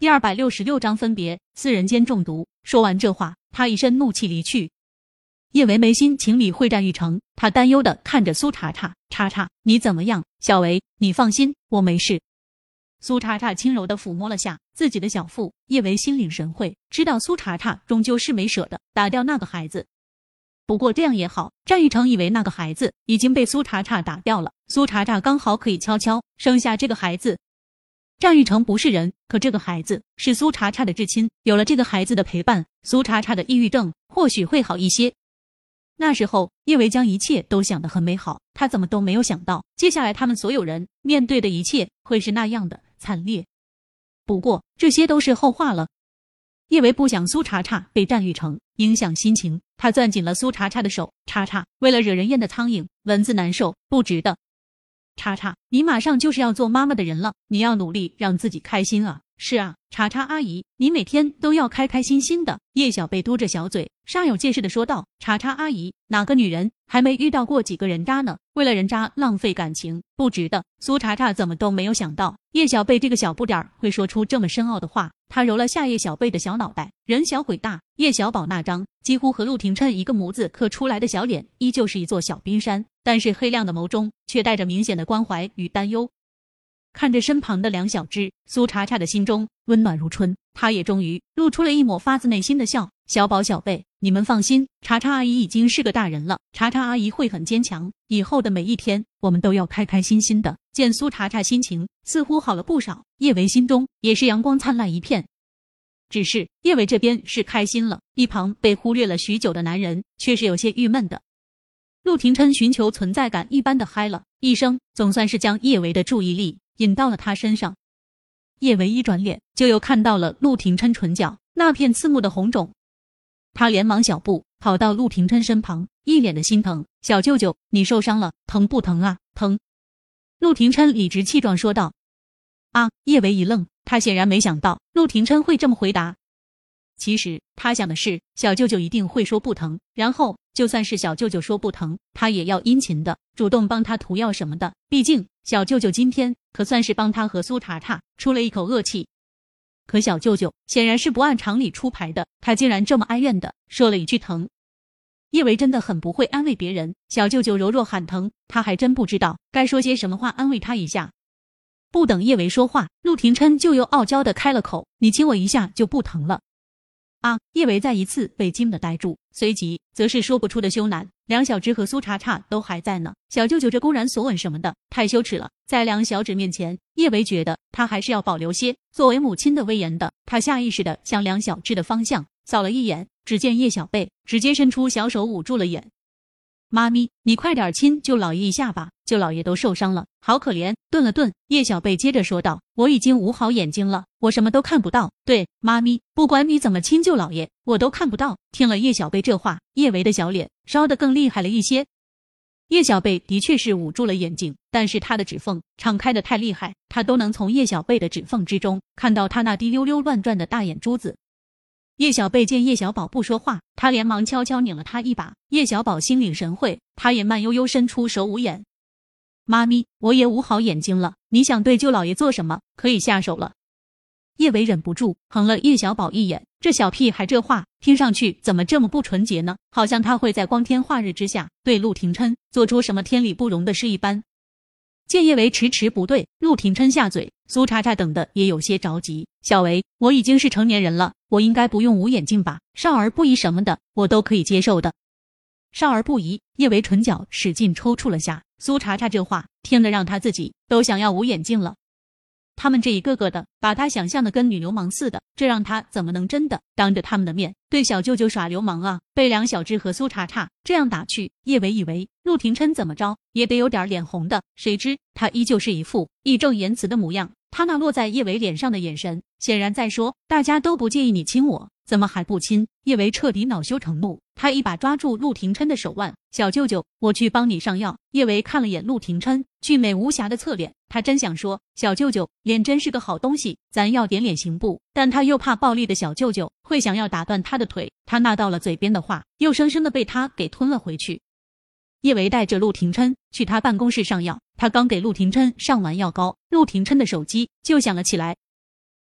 第266章分别，四人间中毒。说完这话，他一身怒气离去。叶维没心情理会战玉成，他担忧地看着苏茶茶，茶茶，你怎么样？小维，你放心，我没事。苏茶茶轻柔地抚摸了下自己的小腹，叶维心领神会，知道苏茶茶终究是没舍得打掉那个孩子。不过这样也好，战玉成以为那个孩子已经被苏茶茶打掉了，苏茶茶刚好可以悄悄生下这个孩子。战玉成不是人，可这个孩子是苏茶茶的至亲，有了这个孩子的陪伴，苏茶茶的抑郁症或许会好一些。那时候叶维将一切都想得很美好，他怎么都没有想到，接下来他们所有人面对的一切会是那样的惨烈。不过这些都是后话了。叶维不想苏茶茶被战玉成影响心情，他攥紧了苏茶茶的手，茶茶，为了惹人厌的苍蝇，蚊子难受，不值得。茶茶，你马上就是要做妈妈的人了，你要努力让自己开心啊。是啊，茶茶阿姨，你每天都要开开心心的。叶小贝嘟着小嘴，煞有介事地说道：茶茶阿姨，哪个女人还没遇到过几个人渣呢？为了人渣浪费感情，不值得。苏茶茶怎么都没有想到叶小贝这个小不点儿会说出这么深奥的话，他揉了下叶小贝的小脑袋，人小鬼大，叶小宝那张几乎和陆廷琛一个模子刻出来的小脸依旧是一座小冰山，但是黑亮的眸中却带着明显的关怀与担忧。看着身旁的梁小芝，苏茶茶的心中温暖如春，她也终于露出了一抹发自内心的笑。小宝小贝，你们放心，茶茶阿姨已经是个大人了，茶茶阿姨会很坚强，以后的每一天我们都要开开心心的。见苏茶茶心情似乎好了不少，叶维心中也是阳光灿烂一片。只是叶维这边是开心了，一旁被忽略了许久的男人却是有些郁闷的。陆廷琛寻求存在感一般的嗨了一声，总算是将叶维的注意力引到了他身上。叶维一转脸，就又看到了陆廷琛唇角那片刺目的红肿。他连忙小步跑到陆廷琛身旁，一脸的心疼：小舅舅，你受伤了，疼不疼啊？疼。陆廷琛理直气壮说道。啊！叶维一愣，他显然没想到陆廷琛会这么回答。其实他想的是，小舅舅一定会说不疼，然后就算是小舅舅说不疼，他也要殷勤的主动帮他涂药什么的，毕竟小舅舅今天可算是帮他和苏茶茶出了一口恶气。可小舅舅显然是不按常理出牌的，他竟然这么哀怨的说了一句疼。叶维真的很不会安慰别人，小舅舅柔弱喊疼，他还真不知道该说些什么话安慰他一下。不等叶维说话，陆廷琛就又傲娇的开了口：你亲我一下就不疼了。啊！叶维再一次被惊得呆住，随即则是说不出的羞赧。梁小芝和苏茶茶都还在呢，小舅舅这公然索吻什么的，太羞耻了。在梁小芷面前，叶维觉得他还是要保留些作为母亲的威严的。他下意识地向梁小芝的方向扫了一眼，只见叶小贝直接伸出小手捂住了眼。妈咪，你快点亲舅老爷一下吧，舅老爷都受伤了，好可怜。顿了顿，叶小贝接着说道：我已经捂好眼睛了，我什么都看不到。对，妈咪，不管你怎么亲舅老爷，我都看不到。听了叶小贝这话，叶维的小脸烧得更厉害了一些。叶小贝的确是捂住了眼睛，但是他的指缝敞开的太厉害，他都能从叶小贝的指缝之中看到他那滴溜溜乱转的大眼珠子。叶小贝见叶小宝不说话，他连忙悄悄拧了他一把。叶小宝心领神会，他也慢悠悠伸出手捂眼。妈咪，我也捂好眼睛了，你想对舅老爷做什么，可以下手了。叶维忍不住横了叶小宝一眼，这小屁孩这话听上去怎么这么不纯洁呢？好像他会在光天化日之下对陆廷琛做出什么天理不容的事一般。见叶维迟迟不对陆廷琛下嘴，苏茶茶等的也有些着急。小维，我已经是成年人了，我应该不用捂眼镜吧？少儿不宜什么的，我都可以接受的。少儿不宜，叶维唇角使劲抽搐了下。苏茶茶这话听得让他自己都想要捂眼镜了。他们这一个个的把他想象的跟女流氓似的，这让他怎么能真的当着他们的面对小舅舅耍流氓啊？被梁小芝和苏茶茶这样打去，叶维以为陆廷琛怎么着也得有点脸红的，谁知他依旧是一副义正言辞的模样。他那落在叶维脸上的眼神显然在说，大家都不介意你亲我，怎么还不亲？叶维彻底恼羞成怒，他一把抓住陆廷琛的手腕，小舅舅，我去帮你上药。叶维看了眼陆廷琛俊美无瑕的侧脸，他真想说，小舅舅脸真是个好东西，咱要点脸行不？但他又怕暴力的小舅舅会想要打断他的腿，他那到了嘴边的话又生生的被他给吞了回去。叶维带着陆廷琛去他办公室上药，他刚给陆廷琛上完药膏，陆廷琛的手机就响了起来。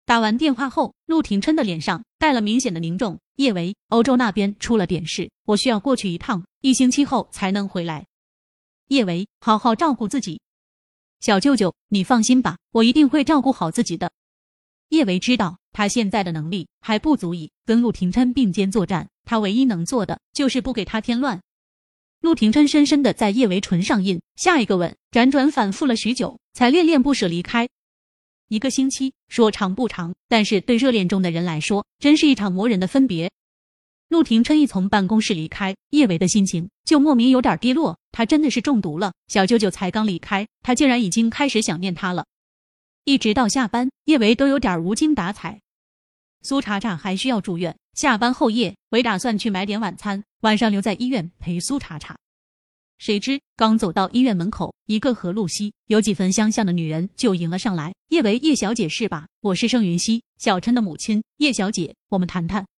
打完电话后，陆廷琛的脸上带了明显的凝重。叶维，欧洲那边出了点事，我需要过去一趟，1星期后才能回来。叶维，好好照顾自己。小舅舅，你放心吧，我一定会照顾好自己的。叶维知道他现在的能力还不足以跟陆廷琛并肩作战，他唯一能做的就是不给他添乱。陆廷琛深深地在叶维唇上印下一个吻，辗转反复了许久，才恋恋不舍离开。1个星期说长不长，但是对热恋中的人来说，真是一场磨人的分别。陆廷琛一从办公室离开，叶维的心情就莫名有点低落，他真的是中毒了。小舅舅才刚离开，他竟然已经开始想念他了。一直到下班，叶维都有点无精打采。苏茶茶还需要住院，下班后叶维打算去买点晚餐，晚上留在医院陪苏茶茶。谁知刚走到医院门口，一个和露西有几分相像的女人就迎了上来。叶维，叶小姐是吧？我是盛云熙，小琛的母亲，叶小姐，我们谈谈。